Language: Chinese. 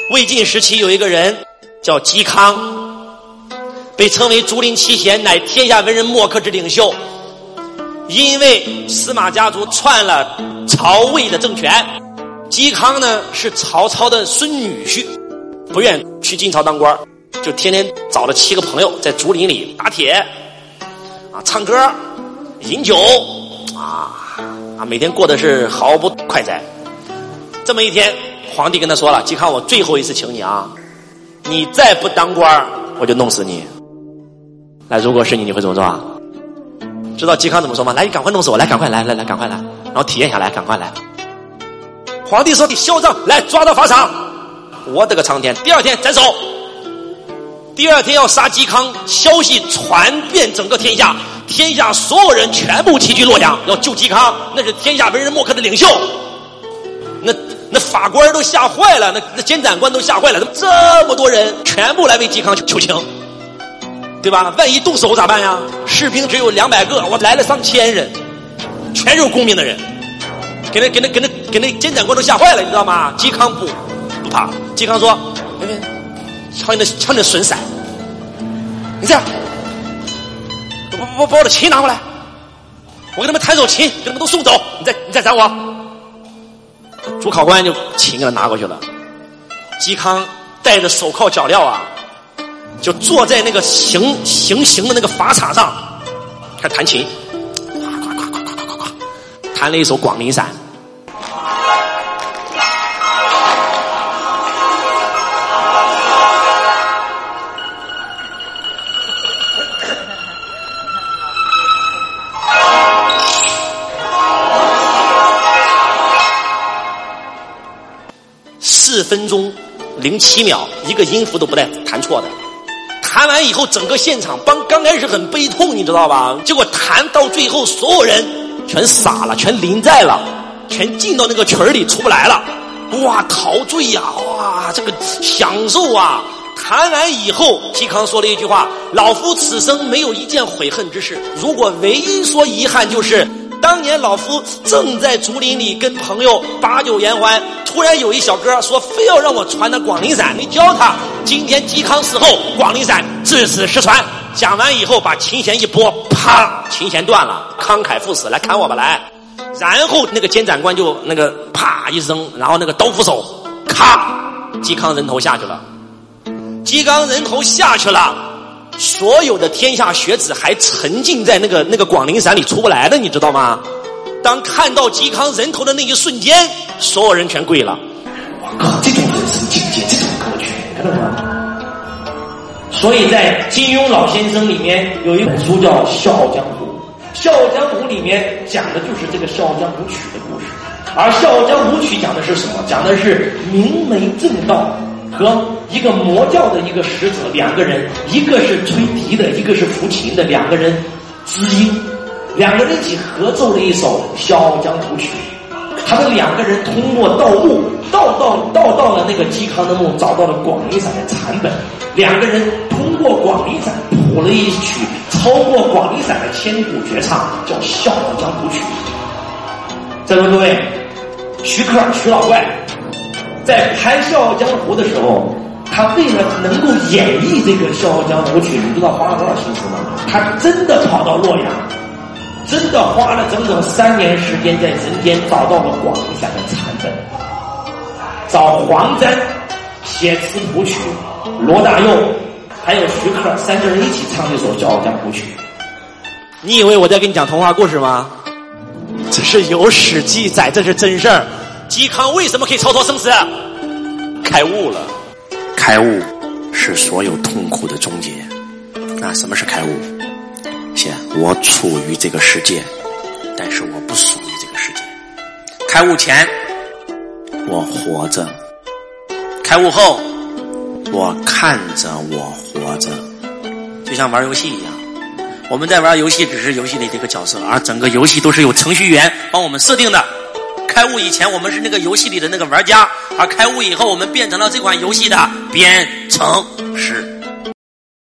魏晋时期有一个人叫嵇康，被称为竹林七贤，乃天下文人墨客之领袖。因为司马家族篡了曹魏的政权，嵇康呢是曹操的孙女婿，不愿去晋朝当官，就天天找了7个朋友在竹林里打铁唱歌饮酒每天过的是毫不快哉。这么一天，皇帝跟他说了：嵇康，我最后一次请你你再不当官我就弄死你。来，如果是你，你会怎么做知道嵇康怎么说吗？来，你赶快弄死我，来，赶快来，赶快来，然后体验下来，赶快来。皇帝说：你嚣张，来抓到法场。我的个苍天！第二天斩首。第二天要杀嵇康，消息传遍整个天下，天下所有人全部齐聚洛阳，要救嵇康。那是天下文人墨客的领袖。那法官都吓坏了，那监斩官都吓坏了，这么多人全部来为嵇康求情。对吧？万一动手咋办呀？士兵只有200个，我来了上千人，全是有功名的人，给那监斩官都吓坏了，你知道吗？嵇康不怕，嵇康说：别，瞧你的损色，你这样，把我的琴拿过来，我给他们弹首琴，给他们都送走，你再斩我。主考官就琴给他拿过去了，嵇康带着手铐脚镣就坐在那个行刑的那个法场上，开始弹琴，弹了一首《广陵散》。4分钟07秒，一个音符都不带弹错的。弹完以后，整个现场刚开始很悲痛，你知道吧？结果弹到最后，所有人全傻了，全临在了，全进到那个曲儿里出不来了。哇，陶醉哇，这个享受弹完以后，嵇康说了一句话：老夫此生没有一件悔恨之事，如果唯一说遗憾就是当年老夫正在竹林里跟朋友把酒言欢，突然有一小哥说非要让我传的《广陵散》，没教他。今天嵇康死后，《广陵散》自此失传。讲完以后，把琴弦一拨，啪，琴弦断了，慷慨赴死，来砍我吧，来。然后那个监斩官就那个啪一扔，然后那个刀斧手，咔，嵇康人头下去了。嵇康人头下去了。所有的天下学子还沉浸在那个广陵散里出不来的，你知道吗？当看到嵇康人头的那一瞬间，所有人全跪了。我靠，这种人生境界，这种格局，看到吗？所以在金庸老先生里面有一本书叫《笑傲江湖》，《笑傲江湖》里面讲的就是这个《笑傲江湖曲》的故事。而《笑傲江湖曲》讲的是什么？讲的是明媒正道和一个魔教的一个使者，两个人，一个是吹笛的，一个是抚琴的，两个人知音，两个人一起合奏了一首《笑傲江湖曲》。他们两个人通过盗墓，盗到了那个嵇康的墓，找到了《广陵散》的残本。两个人通过《广陵散》谱了一曲超过《广陵散》的千古绝唱，叫《笑傲江湖曲》。在座各位，徐老怪在拍《笑傲江湖》的时候，他为了能够演绎这个《笑傲江湖曲》，你知道花了多少心思吗？他真的跑到洛阳，真的花了整整3年时间，在人间找到了《广陵散》的残本，找黄沾写词谱曲，罗大佑还有徐克3个人一起唱这首《笑傲江湖曲》。你以为我在跟你讲童话故事吗？这是有史记载，这是真事儿。嵇康为什么可以超脱生死？开悟了。开悟是所有痛苦的终结。那什么是开悟？我处于这个世界，但是我不属于这个世界。开悟前我活着，开悟后我看着我活着。就像玩游戏一样，我们在玩游戏只是游戏里的一个角色，而整个游戏都是有程序员帮我们设定的。开悟以前我们是那个游戏里的那个玩家，而开悟以后我们变成了这款游戏的编程师。